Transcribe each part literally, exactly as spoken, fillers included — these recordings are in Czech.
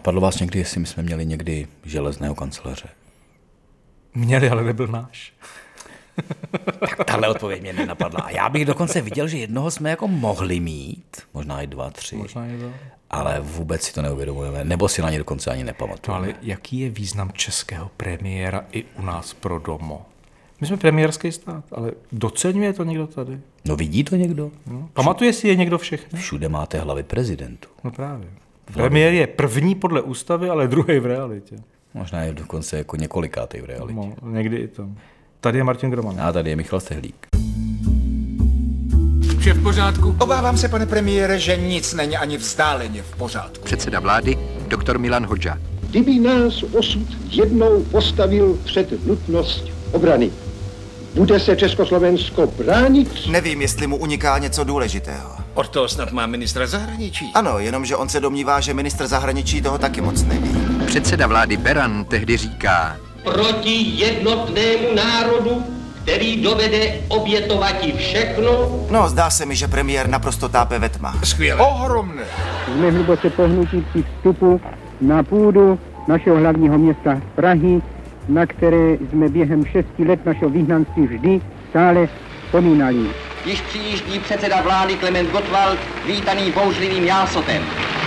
Napadlo vás někdy, jestli my jsme měli někdy železného kancléře? Měli, ale nebyl náš. Tak tahle odpověď mě nenapadla. A já bych dokonce viděl, že jednoho jsme jako mohli mít, možná i dva, tři. Možná i dva. Ale vůbec si to neuvědomujeme, nebo si na ně dokonce ani nepamatujeme. No, ale jaký je význam českého premiéra i u nás pro domo? My jsme premiérský stát, ale doceňuje to někdo tady? No vidí to někdo? No. Pamatuje si je někdo všechny? Všude máte hlavy prezidentů. No právě. Premiér je první podle ústavy, ale druhý v realitě. Možná je dokonce jako několikátý v realitě. No, někdy i to. Tady je Martin Groman. A tady je Michal Stehlík. Vše v pořádku? Obávám se, pane premiére, že nic není ani vzdáleně v pořádku. Předseda vlády, doktor Milan Hodža. Kdyby nás osud jednou postavil před nutnost obrany, bude se Československo bránit? Nevím, jestli mu uniká něco důležitého. Od toho snad má ministra zahraničí. Ano, jenomže on se domnívá, že ministr zahraničí toho taky moc neví. Předseda vlády Beran tehdy říká: proti jednotnému národu, který dovede obětovati všechno. No, zdá se mi, že premiér naprosto tápe ve tmách. Skvěle. Ohromné. Jsme hluboce pohnutí při vstupu na půdu našeho hlavního města Prahy, na které jsme během šesti let našeho vyhnanství vždy stále vzpomínali. Již přijíždí předseda vlády Klement Gottwald, vítaný bouřlivým jásotem.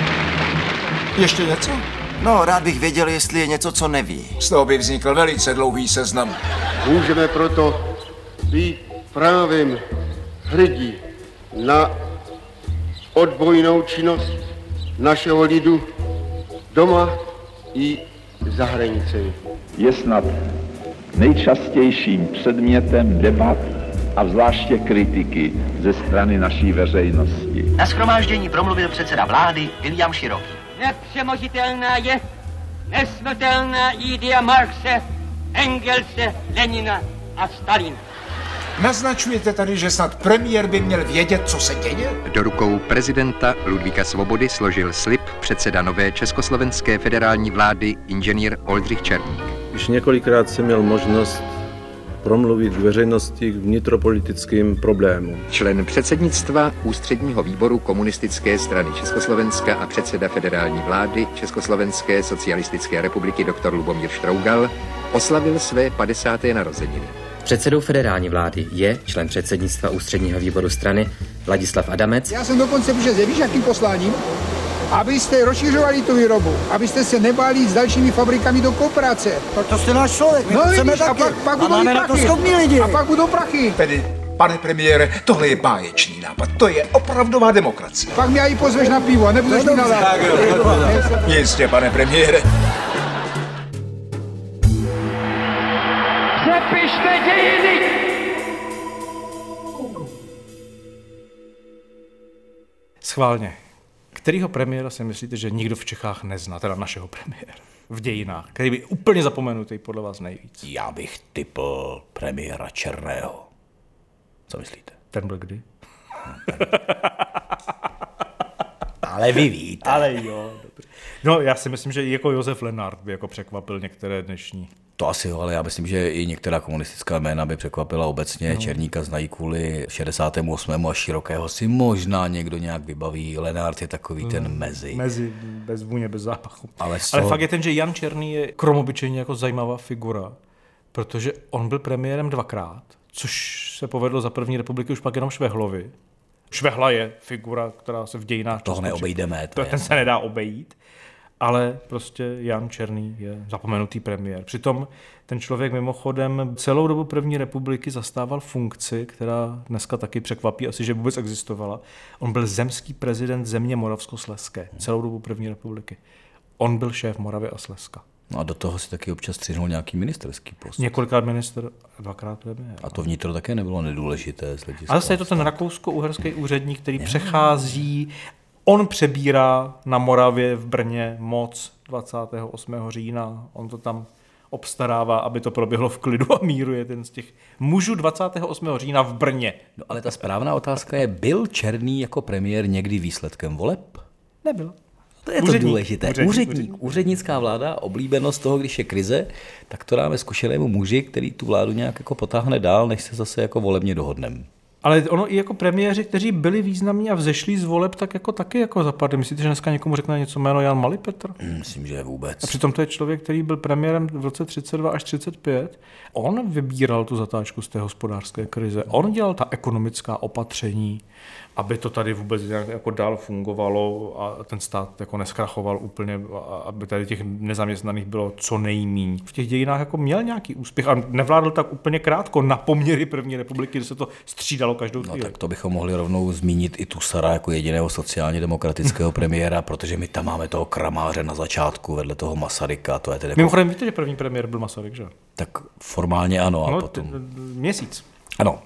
Ještě něco? No, rád bych věděl, jestli je něco, co neví. Z toho by vznikl velice dlouhý seznam. Můžeme proto být právem hrdí na odbojnou činnost našeho lidu doma i za hranicemi. Je snad nejčastějším předmětem debat a zvláště kritiky ze strany naší veřejnosti. Na shromáždění promluvil předseda vlády William Široký. Nepřemožitelná je nesmrtelná idea Marxe, Engelse, Lenina a Stalina. Naznačujete tady, že snad premiér by měl vědět, co se děje? Do rukou prezidenta Ludvíka Svobody složil slib předseda nové československé federální vlády inženýr Oldřich Černík. Už několikrát jsem měl možnost promluvit k veřejnosti k vnitropolitickým problémům. Člen předsednictva Ústředního výboru Komunistické strany Československa a předseda federální vlády Československé socialistické republiky doktor Lubomír Štrougal oslavil své padesáté narozeniny. Předsedou federální vlády je člen předsednictva Ústředního výboru strany Ladislav Adamec. Já jsem dokonce přišel, víš, jakým posláním? Abyste rozšiřovali tu výrobu, abyste se nebáli s dalšími fabrikami do kooperace. Tak to jste náš člověk, my no, to chceme vidíš, taky. A pak, pak a máme na to schopný lidi. A pak budou prachy. Tedy, pane premiére, tohle je báječný nápad. To je opravdová demokracie. Pak mě i pozveš na pivo a nebudeš mi nadávat. Jistě, pane premiére. Přepište dějiny! Schválně. Kterýho premiéra si myslíte, že nikdo v Čechách nezná, teda našeho premiéra, v dějinách, který by úplně zapomenutý podle vás nejvíc? Já bych typl premiéra Černého. Co myslíte? Ten byl kdy? Ale vy víte. Ale jo, dobře. No, já si myslím, že i jako Josef Lenart by jako překvapil některé dnešní. To asi jo, ale já myslím, že i některá komunistická jména by překvapila obecně. No. Černíka znají kvůli šedesátému osmému a Širokého si možná někdo nějak vybaví. Lenart je takový mm. ten mezi. Mezi, bez vůně, bez zápachu. Ale, ale fakt je ten, že Jan Černý je kromobyčejně jako zajímavá figura, protože on byl premiérem dvakrát, což se povedlo za první republiky už pak jenom Švehlovi. Švehla je figura, která se v dějinách... Toho neobejdeme. To ten se nedá obejít. Ale prostě Jan Černý je zapomenutý premiér. Přitom ten člověk mimochodem celou dobu první republiky zastával funkci, která dneska taky překvapí asi, že vůbec existovala. On byl zemský prezident země Moravskoslezské celou dobu první republiky. On byl šéf Moravy a Slezska. No a do toho si taky občas střihnul nějaký ministerský post. Několikrát minister, dvakrát premiér. A to vnitro také nebylo nedůležité z hlediska. Ale zase je to ten rakousko-uherský úředník, který ne. přechází. On přebírá na Moravě v Brně moc dvacátého osmého října. On to tam obstarává, aby to proběhlo v klidu a míru. Je ten z těch mužů dvacátého osmého října v Brně. No ale ta správná otázka je, byl Černý jako premiér někdy výsledkem voleb? Nebyl. To je úředník, to důležité. Úředník, úředník, úředník. Úřednická vláda, oblíbenost toho, když je krize, tak to dáme zkušenému muži, který tu vládu nějak jako potáhne dál, než se zase jako volebně dohodneme. Ale ono i jako premiéři, kteří byli významní a vzešli z voleb, tak jako taky jako zapadli. Myslíte, že dneska někomu řekne něco jméno Jan Malý Petr? Myslím, že vůbec. A přitom to je člověk, který byl premiérem v roce třicet dva až třicet pět. On vybíral tu zatáčku z té hospodářské krize. On dělal ta ekonomická opatření, aby to tady vůbec nějak jako dál fungovalo a ten stát jako neskrachoval úplně, aby tady těch nezaměstnaných bylo co nejmíň. V těch dějinách jako měl nějaký úspěch a nevládl tak úplně krátko na poměry první republiky, kde se to střídalo každou chvíli. No tak to bychom mohli rovnou zmínit i Tusara jako jediného sociálně demokratického premiéra, protože my tam máme toho kramáře na začátku vedle toho Masaryka. To je tedy jako... Mimochodem víte, že první premiér byl Masaryk, že? Tak formálně ano. A no, potom... Měsíc. Ano.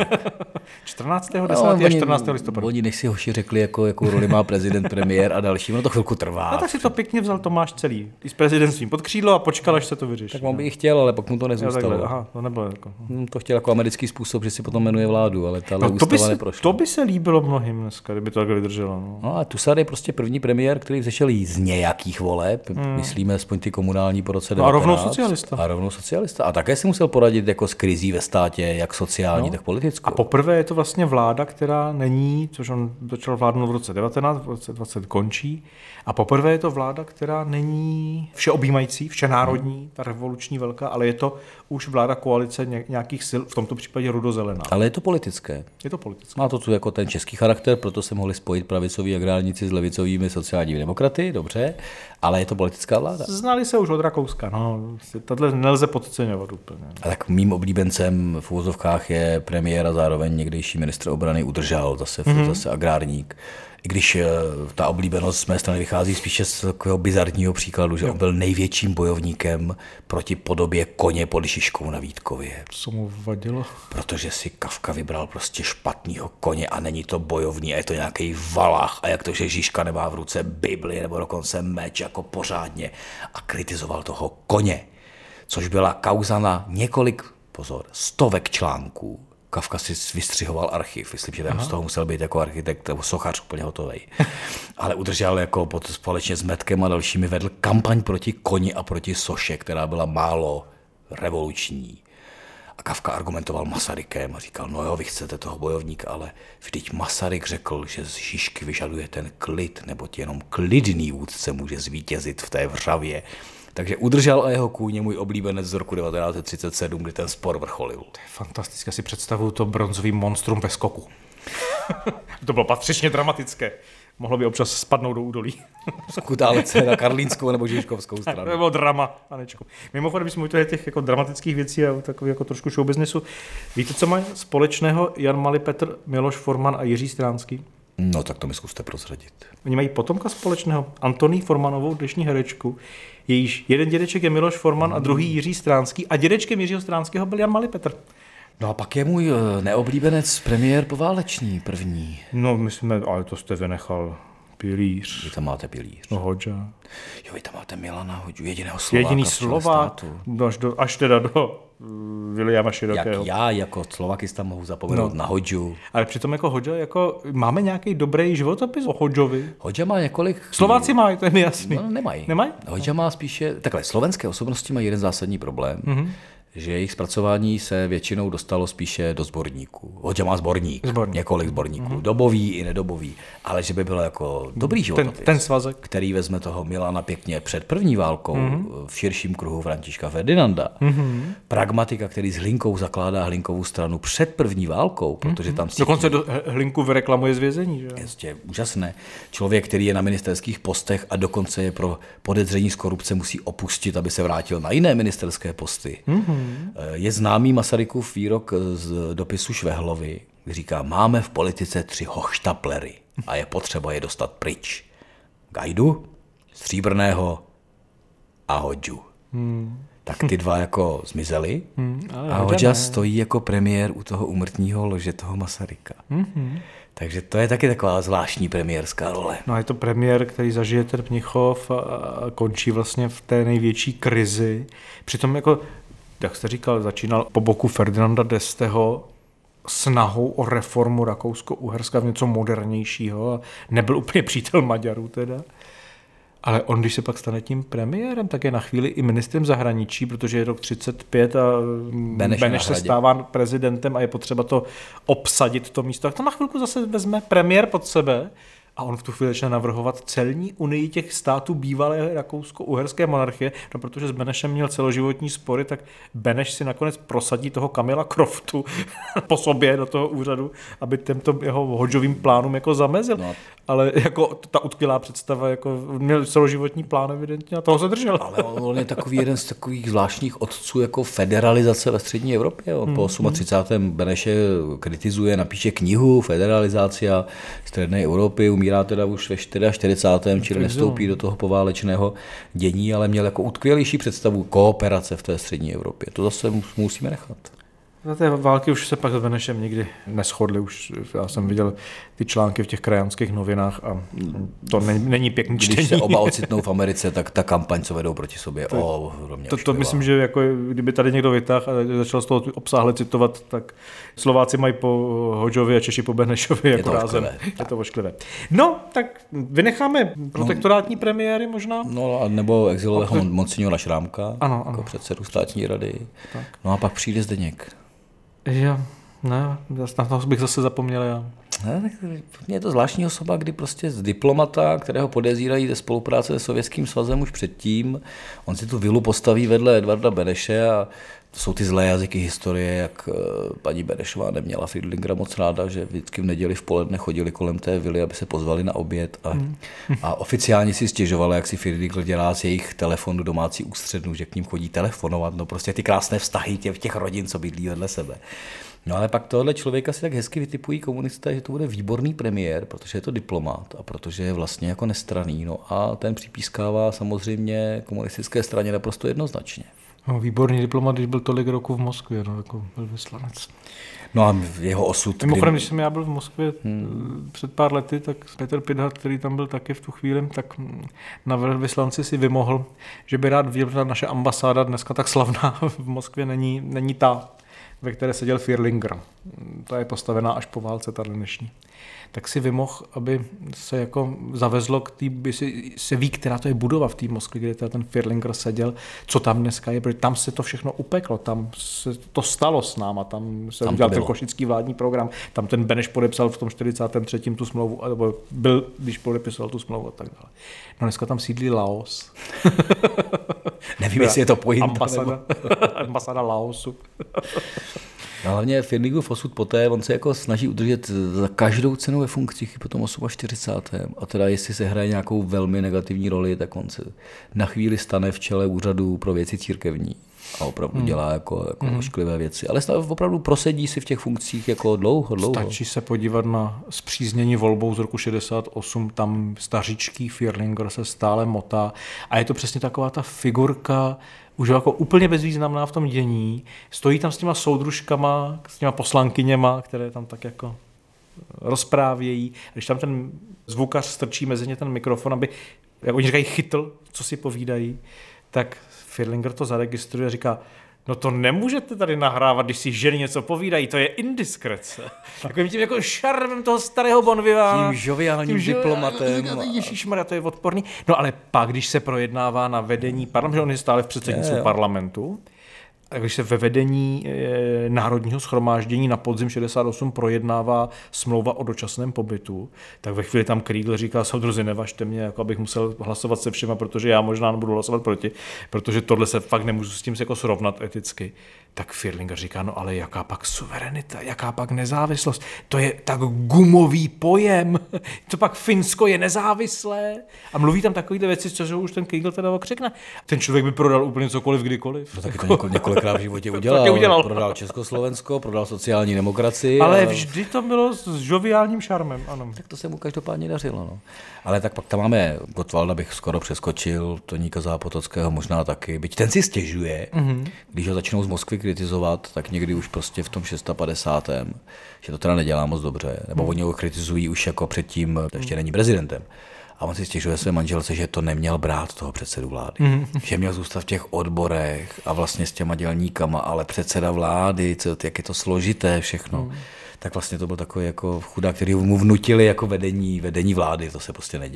čtrnáctého desátého No, a čtrnáctého listopadu. Oni než si hoši řekli, jako, jakou roli má prezident, premiér a další. Ono to chvilku trvá. No tak si to pěkně vzal Tomáš celý. I s prezidentstvím pod křídlo a počkal, až se to vyřeší. Tak on by i chtěl, ale pak mu to nezůstalo. Jo, aha, to nebylo jako. Hmm, to chtěl jako americký způsob, že si potom jmenuje vládu, ale ta no, ústava se, neprošla. To by se líbilo mnohým dneska, kdyby to takhle vydrželo. No, no a Tusar je prostě první premiér, který vzešel z nějakých voleb. Hmm. Myslíme aspoň ty komunální po roce devatenáct. No a rovnou socialista. A rovnou socialista. A také si musel poradit jako s krizí ve státě, jak sociální, no. tak politickou. A poprvé je to vlastně vláda, která není, což on začal vládnout v roce devatenáct, v roce dvacet končí, a poprvé je to vláda, která není všeobjímající, všenárodní, ta revoluční velká, ale je to už vláda koalice nějakých sil, v tomto případě rudozelená. Ale je to politické. Je to politické. Má to tu jako ten český charakter, proto se mohli spojit pravicoví agrárníci s levicovými sociálními demokraty, dobře, ale je to politická vláda. Znali se už od Rakouska, no, tato nelze podceňovat úplně. A tak mým oblíbencem v úvozovkách je premiér a zároveň někdejší ministr obrany Udržal, zase, mm-hmm. zase agrárník. I když ta oblíbenost z mé strany vychází spíše z takového bizarního příkladu, že jo. on byl největším bojovníkem proti podobě koně pod Žižkou na Vítkově. Co mu vadilo? Protože si Kafka vybral prostě špatného koně a není to bojovný a je to nějaký valach a jak to, že Žižka nemá v ruce Bibli nebo dokonce meč jako pořádně a kritizoval toho koně, což byla kauza na několik, pozor, stovek článků. Kafka si vystřihoval archiv, myslím, že tam z toho musel být jako architekt nebo sochař úplně hotovej. Ale Udržal jako pod, společně s Metkem a dalšími vedl kampaň proti koni a proti soše, která byla málo revoluční. A Kafka argumentoval Masarykem a říkal, no jo, vy chcete toho bojovníka, ale vždyť Masaryk řekl, že z Žižky vyžaduje ten klid, neboť jenom klidný vůdce může zvítězit v té vřavě. Takže Udržal a jeho kůň je můj oblíbenec z roku devatenáct set třicet sedm, kdy ten spor vrcholil. To je fantastické, si představuju to bronzový monstrum ve skoku. To bylo patřičně dramatické. Mohlo by občas spadnout do údolí. Skutálet se na karlínskou nebo žižkovskou stranu. Nebo drama, Anečku. Mimochodem, když jsme mluvili těch jako dramatických věcí a takový jako trošku show businessu. Víte, co mají společného Jan Malý Petr, Miloš Forman a Jiří Stránský? No tak to mi zkuste prozradit. Oni mají potomka společného, Antoní Formanovou, dnešní herečku. Jejíž jeden dědeček je Miloš Forman a druhý Jiří Stránský a dědečkem Jiřího Stránského byl Jan Malý Petr. No a pak je můj neoblíbenec premiér poválečný první. No myslíme, ale to jste vynechal. Pilíř. Vy tam máte Pilíř. No Hodža. Jo, vy tam máte Milana Hodžu, jediného Slováka. Jediný Slovák, až, do, až teda do Viliama Širokého. Jak já jako Slovakista mohu zapomenout no. na Hodžu. Ale přitom jako Hodža, jako máme nějaký dobrý životopis o Hodžovi? Hodža má několik... Slováci mají, to je mi jasný. No, nemají. Nemají? Hodža má spíše... Takhle, slovenské osobnosti mají jeden zásadní problém. Mm-hmm. Že jejich zpracování se většinou dostalo spíše do sborníků. Hodža má sborník, sborník. několik sborníků, mm-hmm. dobový i nedobový, ale že by bylo jako dobrý životopis, ten, ten svazek, který vezme toho Milana pěkně před první válkou mm-hmm. v širším kruhu Františka Ferdinanda. Mm-hmm. Pragmatika, který s Hlinkou zakládá Hlinkovou stranu před první válkou, protože tam cítí... Dokonce do Hlinku vyreklamuje z vězení, že? Jistě, úžasné. Člověk, který je na ministerských postech a dokonce je pro podezření z korupce musí opustit, aby se vrátil na jiné ministerské posty. Mm-hmm. Je známý Masarykův výrok z dopisu Švehlovi, kdy říká, máme v politice tři hoštaplery a je potřeba je dostat pryč. Gajdu, Stříbrného a Hodžu. Hmm. Tak ty dva jako zmizeli hmm, a Hodža stojí jako premiér u toho úmrtního lože toho Masaryka. Hmm. Takže to je taky taková zvláštní premiérská role. No a je to premiér, který zažije ten Mnichov a končí vlastně v té největší krizi. Přitom jako jak jste říkal, začínal po boku Ferdinanda d'Esteho snahou o reformu Rakousko-Uherska v něco modernějšího a nebyl úplně přítel Maďarů teda. Ale on, když se pak stane tím premiérem, tak je na chvíli i ministrem zahraničí, protože je rok třicet pět a Beneš, Beneš se stává prezidentem a je potřeba to obsadit, to místo. Tak to na chvilku zase vezme premiér pod sebe a on v tu chvíli začne navrhovat celní unii těch států bývalé rakousko-uherské monarchie, no protože s Benešem měl celoživotní spory, tak Beneš si nakonec prosadí toho Kamila Croftu po sobě do toho úřadu, aby těmto jeho hodžovým plánům jako zamezil. No. Ale jako ta utkvělá představa, jako měl celoživotní plán evidentně a toho se držel. Ale on je takový jeden z takových zvláštních otců jako federalizace ve střední Evropě. Jo. Po třicátém osmém Beneše kritizuje, napíše knihu Federalizácia střední Evropy, umírá teda už ve čtyřicátém čtvrtém čili nestoupí do toho poválečného dění, ale měl jako utkvělejší představu kooperace v té střední Evropě. To zase musíme nechat. Za té války už se pak s Benešem nikdy neshodli. Už já jsem viděl ty články v těch krajanských novinách a to není, není pěkný čtení. Když se oba ocitnou v Americe, tak ta kampaň, co vedou proti sobě, to, o, to, to myslím, že jako, kdyby tady někdo vytáhl a začal z toho obsáhle citovat, tak Slováci mají po Hodžovi a Češi po Benešovi jako rázem. Je to ošklivé. No, tak vynecháme protektorátní no, premiéry možná. No, nebo exilového monsignora Šrámka, ano, jako ano. předsedu státní rady. Tak. No a pak přijde Zdeněk. Já, ne, na to bych zase zapomněl já. Ne, je to zvláštní osoba, kdy prostě z diplomata, kterého podezírají ze spolupráce se Sovětským svazem už předtím, on si tu vilu postaví vedle Edvarda Beneše a to jsou ty zlé jazyky historie, jak paní Benešová neměla Friedlingera moc ráda, že vždycky v neděli v poledne chodili kolem té vily, aby se pozvali na oběd a, mm. a oficiálně si stěžovala, jak si Friedlinger dělá z jejich telefonu domácí ústřednu, že k ním chodí telefonovat, no prostě ty krásné vztahy těch, těch rodin, co bydlí vedle sebe. No ale pak tohle člověka si tak hezky vytipují komunisté, že to bude výborný premiér, protože je to diplomat a protože je vlastně jako nestranný. No a ten připískává samozřejmě komunistické straně naprosto jednoznačně. No, výborný diplomat, když byl tolik roku v Moskvě, no, jako velvyslanec. No a jeho osud... Mimochodem, když jsem já byl v Moskvě hmm. před pár lety, tak Petr Pidhat, který tam byl taky v tu chvíli, tak na velvyslanci si vymohl, že by rád viděl, že naše ambasáda dneska tak slavná v Moskvě není, není ta, ve které seděl Firlinger. To je postavená až po válce, ta dnešní. Tak si vymohl, aby se jako zavezlo k té, by si, se ví, která to je budova v té Moskvě, kde ten Firlinger seděl, co tam dneska je, protože tam se to všechno upeklo, tam se to stalo s náma, tam se tam udělal ten košický vládní program, tam ten Beneš podepsal v tom čtyřicátém třetím tu smlouvu, nebo byl, když podepisoval tu smlouvu a tak dále. No dneska tam sídlí Laos. Nevím, jestli je to pointa. Ambasáda, ambasáda Laosu. No, hlavně Firlingerův osud poté, on se jako snaží udržet za každou cenu ve funkcích po tom čtyřicátém osmém A teda jestli se hraje nějakou velmi negativní roli, tak on se na chvíli stane v čele úřadu pro věci církevní a opravdu hmm. dělá jako, jako hmm. ošklivé věci. Ale opravdu prosedí si v těch funkcích jako dlouho, dlouho. Stačí se podívat na spříznění volbou z roku šedesát osm, tam stařičký Firlinger se stále motá a je to přesně taková ta figurka, už jako úplně bezvýznamná v tom dění, stojí tam s těma soudružkama, s těma poslankyněma, které tam tak jako rozprávějí. A když tam ten zvukař strčí mezi ně ten mikrofon, aby, jak oni říkají, chytl, co si povídají, tak Firlinger to zaregistruje a říká, no to nemůžete tady nahrávat, když si ženy něco povídají, to je indiskrece. Takovým tím jako šarmem toho starého Bonviva. Tím žoviálním tím diplomatem. Ježišmarja, to je odporný. No ale pak, když se projednává na vedení parlamentu, on je stále v předsednictvu parlamentu, a když se ve vedení e, Národního shromáždění na podzim šedesát osm projednává smlouva o dočasném pobytu, tak ve chvíli tam Kriegel říká, soudruzi, nevažte mě, jako abych musel hlasovat se všema, protože já možná nebudu hlasovat proti, protože tohle se fakt nemůžu s tím jako srovnat eticky. Tak Firlinger říká, no ale jaká pak suverenita, jaká pak nezávislost, to je tak gumový pojem, to pak Finsko je nezávislé a mluví tam takovýhle věci, co už ten Kriegel teda okřekne. Ten člověk by prodal úplně cokoliv, kdykoliv. No taky to několik, několikrát v životě udělal. udělal. Prodal Československo, prodal sociální demokracii. Ale a... vždy to bylo s žoviálním šarmem, ano. Tak to se mu každopádně dařilo. No. Ale tak pak tam máme Gottwalda, bych skoro přeskočil, Toníka Zápotockého možná taky, byť ten si stěžuje, mm-hmm. když ho začnou z Moskvy kritizovat, tak někdy už prostě v tom padesátém šestém že to teda nedělá moc dobře, nebo mm. oni ho kritizují už jako předtím, to ještě není prezidentem. A on si stěžuje své manželce, že to neměl brát toho předsedu vlády. Mm. Že měl zůstat v těch odborech a vlastně s těma dělníkama, ale předseda vlády, co, jak je to složité všechno. Mm. Tak vlastně to byl takový jako chudák, který mu vnutili jako vedení, vedení vlády, to se prostě nedělá.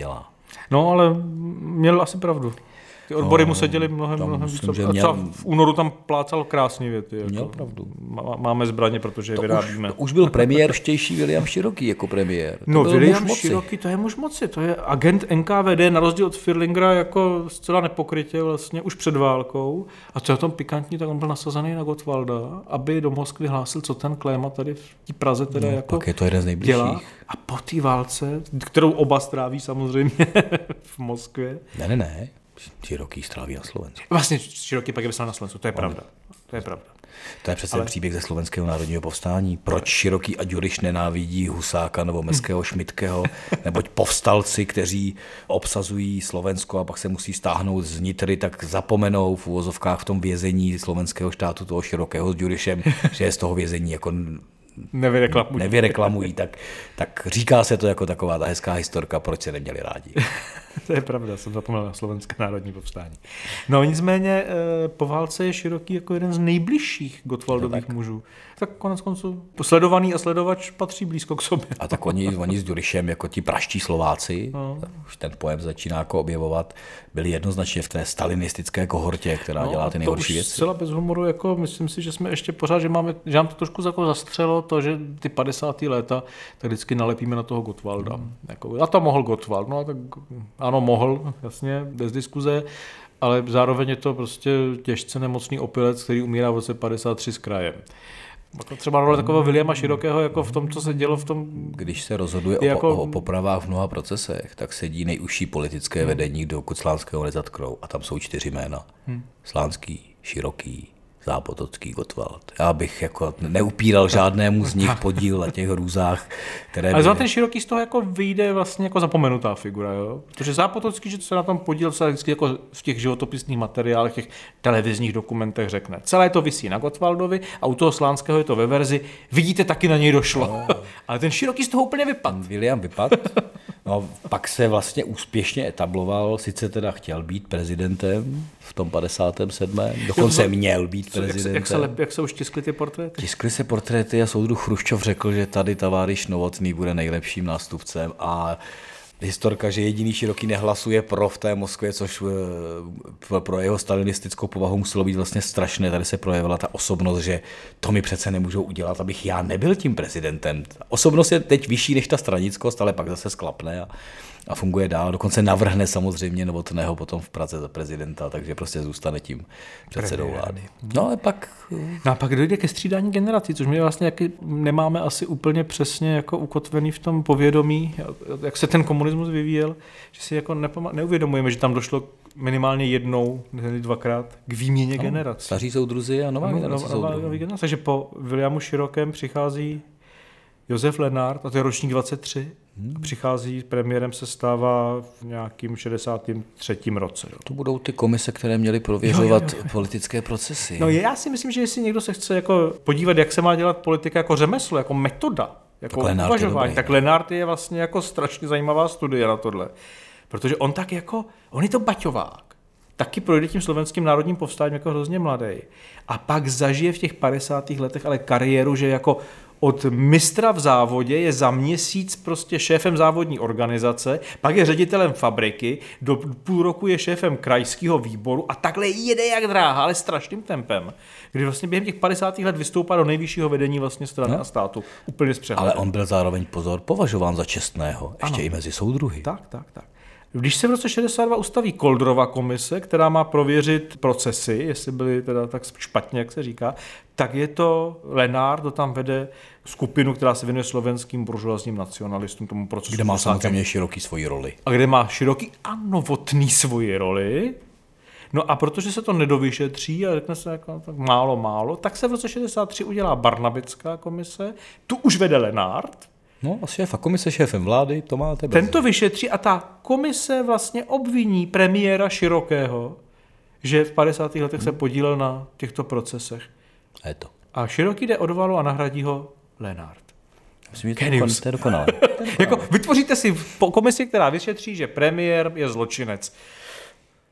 No, ale měl asi pravdu. Ty odbory no, mu seděly mnohem, mnohem víc. A měl... v únoru tam plácal krásně věty. Měl jako, pravdu. Máme zbraně, protože je to vyrábíme. Už, to už byl premiér štější William Široký jako premiér. To no, William Široký, to je muž moci. To je agent N K V D, na rozdíl od Firlingera, jako zcela nepokrytě vlastně už před válkou. A co je tom pikantní, tak on byl nasazený na Gottwalda, aby do Moskvy hlásil, co ten Kléma tady v té Praze teda no, jako pak je to jeden z nejbližších. Dělá. A po té válce, kterou oba stráví samozřejmě v Moskvě. Ne, ne, ne. Široký stráví na Slovensku. Vlastně Široký pak je vyslán na Slovensku, to je pravda. To je pravda. To je přece Ale... příběh ze Slovenského národního povstání. Proč Široký a Ďuriš nenávidí Husáka nebo Meského Šmidtkeho, neboť povstalci, kteří obsazují Slovensko a pak se musí stáhnout z Nitry, tak zapomenou v uvozovkách v tom vězení slovenského štátu toho Širokého s Ďurišem, že je z toho vězení jako nevyreklamují. nevyreklamují tak, tak říká se to jako taková ta hezká historka, proč se neměli rádi. To je pravda, jsem zapomněl na Slovenské národní povstání. No nicméně po válce je Široký jako jeden z nejbližších Gottwaldových no mužů. Tak konec konců sledovaný a sledovač patří blízko k sobě. A tak oni, oni s Ďurišem, jako ti praští Slováci, no. Už ten pojem začíná jako objevovat, byli jednoznačně v té stalinistické kohortě, která no, dělá ty nejhorší věci. Zcela bez humoru, jako myslím si, že jsme ještě pořád, že máme, že nám to trošku jako zastřelo to, že ty padesátá léta tak vždycky nalepíme na toho Gottwalda. Hmm. Jako, a to mohl Gottwald, no tak ano, mohl, jasně, bez diskuze, ale zároveň je to prostě těžce nemocný opilec, který umírá v roce padesát tři s krajem. Jako třeba role takového Williama Širokého, jako v tom, co se dělo v tom... Když se rozhoduje jako... o, o popravách v mnoha procesech, tak sedí nejužší politické vedení, dokud Slánského nezatknou. A tam jsou čtyři jména. Hmm. Slánský, Široký, Zápotocký, Gottwald. Já bych jako neupíral žádnému z nich podíl na těch hrůzách, které... Ale ten Široký z toho jako vyjde vlastně jako zapomenutá figura, jo? Protože Zápotocký, že se na tom podíl, se vždycky jako v těch životopisných materiálech, těch televizních dokumentech řekne. Celé to visí na Gottwaldovi a u toho Slánského je to ve verzi, vidíte, taky na něj došlo. No. Ale ten Široký z toho úplně vypad. William vypad. No, pak se vlastně úspěšně etabloval, sice teda chtěl být prezidentem v tom padesátém sedmém Dokonce měl být prezidentem. Jak se, jak se, jak se už tiskly ty portréty? Tiskly se portréty a soudruh Chruščov řekl, že tady taváriš Novotný bude nejlepším nástupcem a historka, že jediný Široký nehlasuje pro v té Moskvě, což pro jeho stalinistickou povahu muselo být vlastně strašné. Tady se projevila ta osobnost, že to mi přece nemůžou udělat, abych já nebyl tím prezidentem. Osobnost je teď vyšší než ta stranickost, ale pak zase sklapne a, a funguje dál. Dokonce navrhne samozřejmě Novotného potom v Praze za prezidenta, takže prostě zůstane tím předsedou vlády. No ale pak... No a pak dojde ke střídání generací, což my vlastně jaký nemáme asi úplně přesně jako ukotvený v tom povědomí, jak se ten komunismus vyvíjel, že si jako nepama- neuvědomujeme, že tam došlo minimálně jednou, dvakrát k výměně no, generací. Staří soudruzi a nová no, generace nová, nová generace. Takže po Williamu Širokém přichází Josef Lenard, a to je ročník dvacet tři, hmm. a přichází, premiérem se stává v nějakým šedesátém třetím roce. Jo. To budou ty komise, které měly prověřovat jo, jo, jo. politické procesy. No já si myslím, že jestli někdo se chce jako podívat, jak se má dělat politika jako řemeslo, jako metoda, jako tak uvažování, tak Lenard je vlastně jako strašně zajímavá studie na tohle. Protože on tak jako, on je to baťovák, taky projde tím slovenským národním povstáním jako hrozně mladý. A pak zažije v těch padesátých letech ale kariéru, že jako od mistra v závodě je za měsíc prostě šéfem závodní organizace, pak je ředitelem fabriky, do půl roku je šéfem krajského výboru a takhle jede jak dráha, ale strašným tempem. Kdy vlastně během těch padesátých let vystoupá do nejvyššího vedení vlastně strany no. a státu. Úplně z přehledem. Ale on byl zároveň, pozor, považován za čestného, ještě ano. i mezi soudruhy. Tak, tak, tak. Když se v roce šedesát dva ustaví Koldrova komise, která má prověřit procesy, jestli byly teda tak špatně, jak se říká, tak je to Lenard, to tam vede skupinu, která se věnuje slovenským buržoazním nacionalistům, tomu procesu. Kde má samozřejmě Široký svoji roli. A kde má Široký a Novotný svoji roli. No a protože se to nedovyšetří a řekne se jako tak málo, málo, tak se v roce šedesát tři udělá Barnabická komise, tu už vede Lenard. No a šéf a komise šéfem vlády, to máte bez. Tento vyšetří a ta komise vlastně obviní premiéra Širokého, že v padesátých letech se podílel na těchto procesech. A je to. A Široký jde odvalu a nahradí ho Lenard. Myslím, že to je dokonalé. Jako vytvoříte si komisi, která vyšetří, že premiér je zločinec.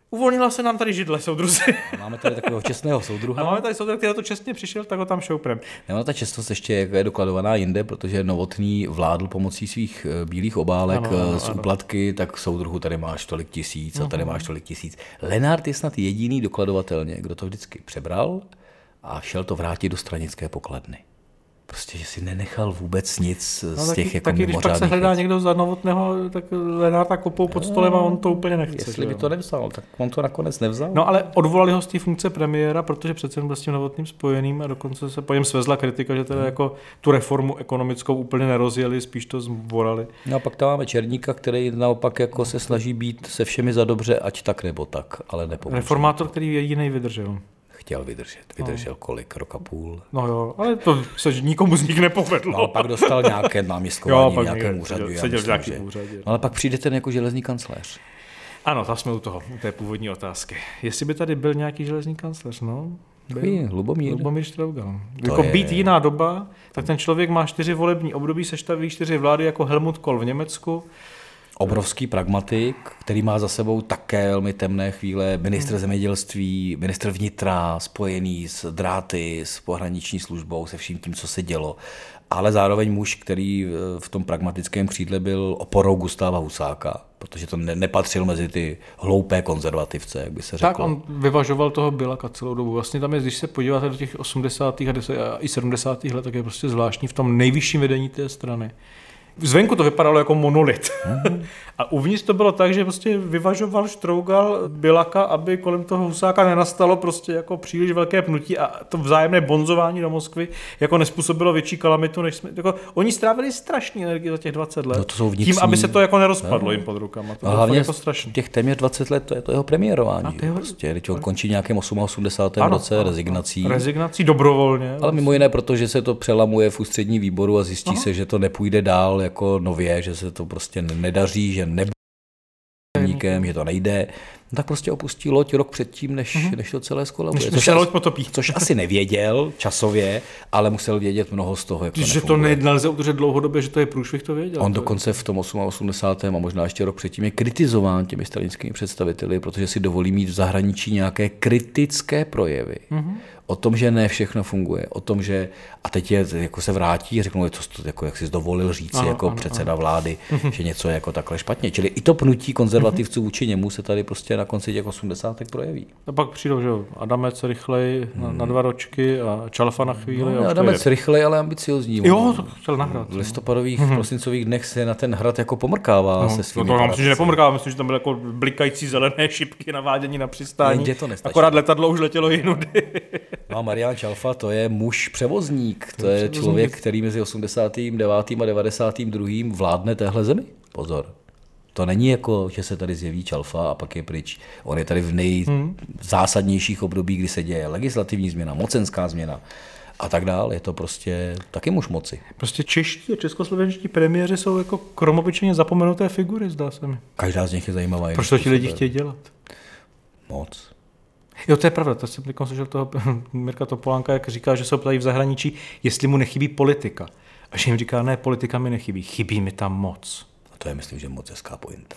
Uvolnila se nám tady židle, soudruzi. Máme tady takového čestného soudruha. A máme tady soudruha, který to čestně přišel, tak ho tam šouprem. No, ta čestnost ještě je dokladovaná jinde, protože Novotný vládl pomocí svých bílých obálek ano, ano, z úplatky, tak soudruhu tady máš tolik tisíc a tady máš tolik tisíc. Lenart je snad jediný dokladovatelně, kdo to vždycky přebral a šel to vrátit do stranické pokladny. Prostě, že si nenechal vůbec nic no, z taky, těch jako taky, když pak se hledá věc. Někdo za Novotného, tak Lenarta kopou pod stolem a on to úplně nechce. Jestli by to nevzal, tak on to nakonec nevzal. No ale odvolali ho z té funkce premiéra, protože přece byl s tím Novotným spojeným a dokonce se po něm svezla kritika, že teda jako tu reformu ekonomickou úplně nerozjeli, spíš to zborali. No a pak tam máme Černíka, který naopak jako se snaží být se všemi za dobře, ať tak nebo tak, ale nepomůže. Reformátor, který jedinej vydržel. Chtěl vydržet. Vydržel no. kolik? Rok a půl? No jo, ale to se nikomu z nich nepovedlo. No, ale pak dostal nějaké náměstkování v nějakém úřadu. Seděl v nějakém úřadě. No, ale pak přijde ten jako železný kancléř. Ano, tam jsme u toho, u té původní otázky. Jestli by tady byl nějaký železný kancléř, no? Byl. Lubomír. Lubomír Štrougal. Jako je... být jiná doba, tak ten člověk má čtyři volební období, seštaví čtyři vlády jako Helmut Kohl v Německu. Obrovský pragmatik, který má za sebou také velmi temné chvíle, ministr hmm. zemědělství, ministr vnitra, spojený s dráty, s pohraniční službou, se vším tím, co se dělo. Ale zároveň muž, který v tom pragmatickém křídle byl oporou Gustáva Husáka, protože to ne, nepatřil mezi ty hloupé konzervativce, jak by se řeklo. Tak on vyvažoval toho Biľaka celou dobu. Vlastně tam je, když se podíváte do těch osmdesátých a i sedmdesátých let, tak je prostě zvláštní v tom nejvyšším vedení té strany. Zvenku to vypadalo jako monolit. Mm. A uvnitř to bylo tak, že prostě vyvažoval Štrougal Biľaka, aby kolem toho Husáka nenastalo prostě jako příliš velké pnutí a to vzájemné bonzování do Moskvy jako nespůsobilo větší kalamitu, než jsme, jako oni strávili strašný energii za těch dvacet let. No to jsou vnitřní... Tím, aby se to jako nerozpadlo no. jim pod rukama. To no, hlavně jako strašný. Těch téměř dvacet let to je to jeho premiérování. Jeho... Prostě, když on končí nějakém osmdesátém osmém roce ano, rezignací. Rezignací dobrovolně. Ale mimo jiné, protože se to přelamuje v ústřední výboru a zjistí Aha. se, že to nepůjde dál jako nově, že se to prostě nedaří, že nebude níkem, že to nejde, tak prostě opustí loď rok předtím, než, mm-hmm. než to celé skolabuje. Než se loď potopí. Což asi nevěděl časově, ale musel vědět mnoho z toho, jak to Že to nelze udržet dlouhodobě, že to je průšvih, to věděl. On to dokonce v tom osmdesátém a možná ještě rok předtím je kritizován těmi stalinskými představiteli, protože si dovolí mít v zahraničí nějaké kritické projevy. Mm-hmm. O tom, že ne všechno funguje, o tom, že a teď je, jako se vrátí a řeknou, co to, jako, jak jsi dovolil říci ano, jako ano, předseda ano. vlády, že něco je jako takhle špatně. Čili i to pnutí konzervativců vůči němu se tady prostě na konci těch osmdesátek projeví. A pak přijdou, že Adamec rychlej na, na dva ročky a Čalfa na chvíli. No, Adamec je... rychlej, ale ambiciozní. Jo, to chtěl nahrát. V listopadových, mm-hmm. prosincových dnech se na ten hrad jako pomrkává no, se svými. To, to myslím, že nepomrkává, myslím, že tam byly jako blikající zelené šipky navádění na přistání. Jenže to nestačí. Akorát letadlo už letělo jinudy. No a Marián Čalfa, to je muž převozník, to je člověk, který mezi osmdesátým devátým a devadesátým druhým vládne téhle zemi. Pozor. To není jako, že se tady zjeví Čalfa a pak je pryč. On je tady v nejzásadnějších obdobích, kdy se děje legislativní změna, mocenská změna a tak dále. Je to prostě taky muž moci. Prostě čeští a českoslovenští premiéři jsou jako kromobyčejně zapomenuté figury, zdá se mi. Každá z nich je zajímavá. Proč to ti lidi chtějí dělat? Moc. Jo, to je pravda, to jsem teď slyšel toho Mirka Topolánka, jak říká, že se ptají v zahraničí, jestli mu nechybí politika. A že jim říká, ne, politika mi nechybí, chybí mi tam moc. A to je, myslím, že moc hezká pointa.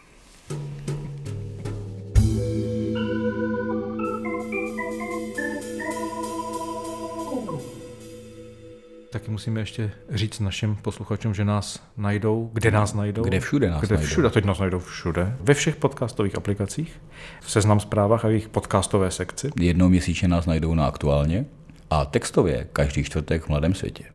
Taky musíme ještě říct našim posluchačům, že nás najdou, kde nás najdou. Kde všude nás kde najdou. Všude, teď nás najdou všude. Ve všech podcastových aplikacích, v Seznam Zprávách a jejich podcastové sekci. Jednou měsíčně nás najdou na Aktuálně a textově každý čtvrtek v Mladém světě.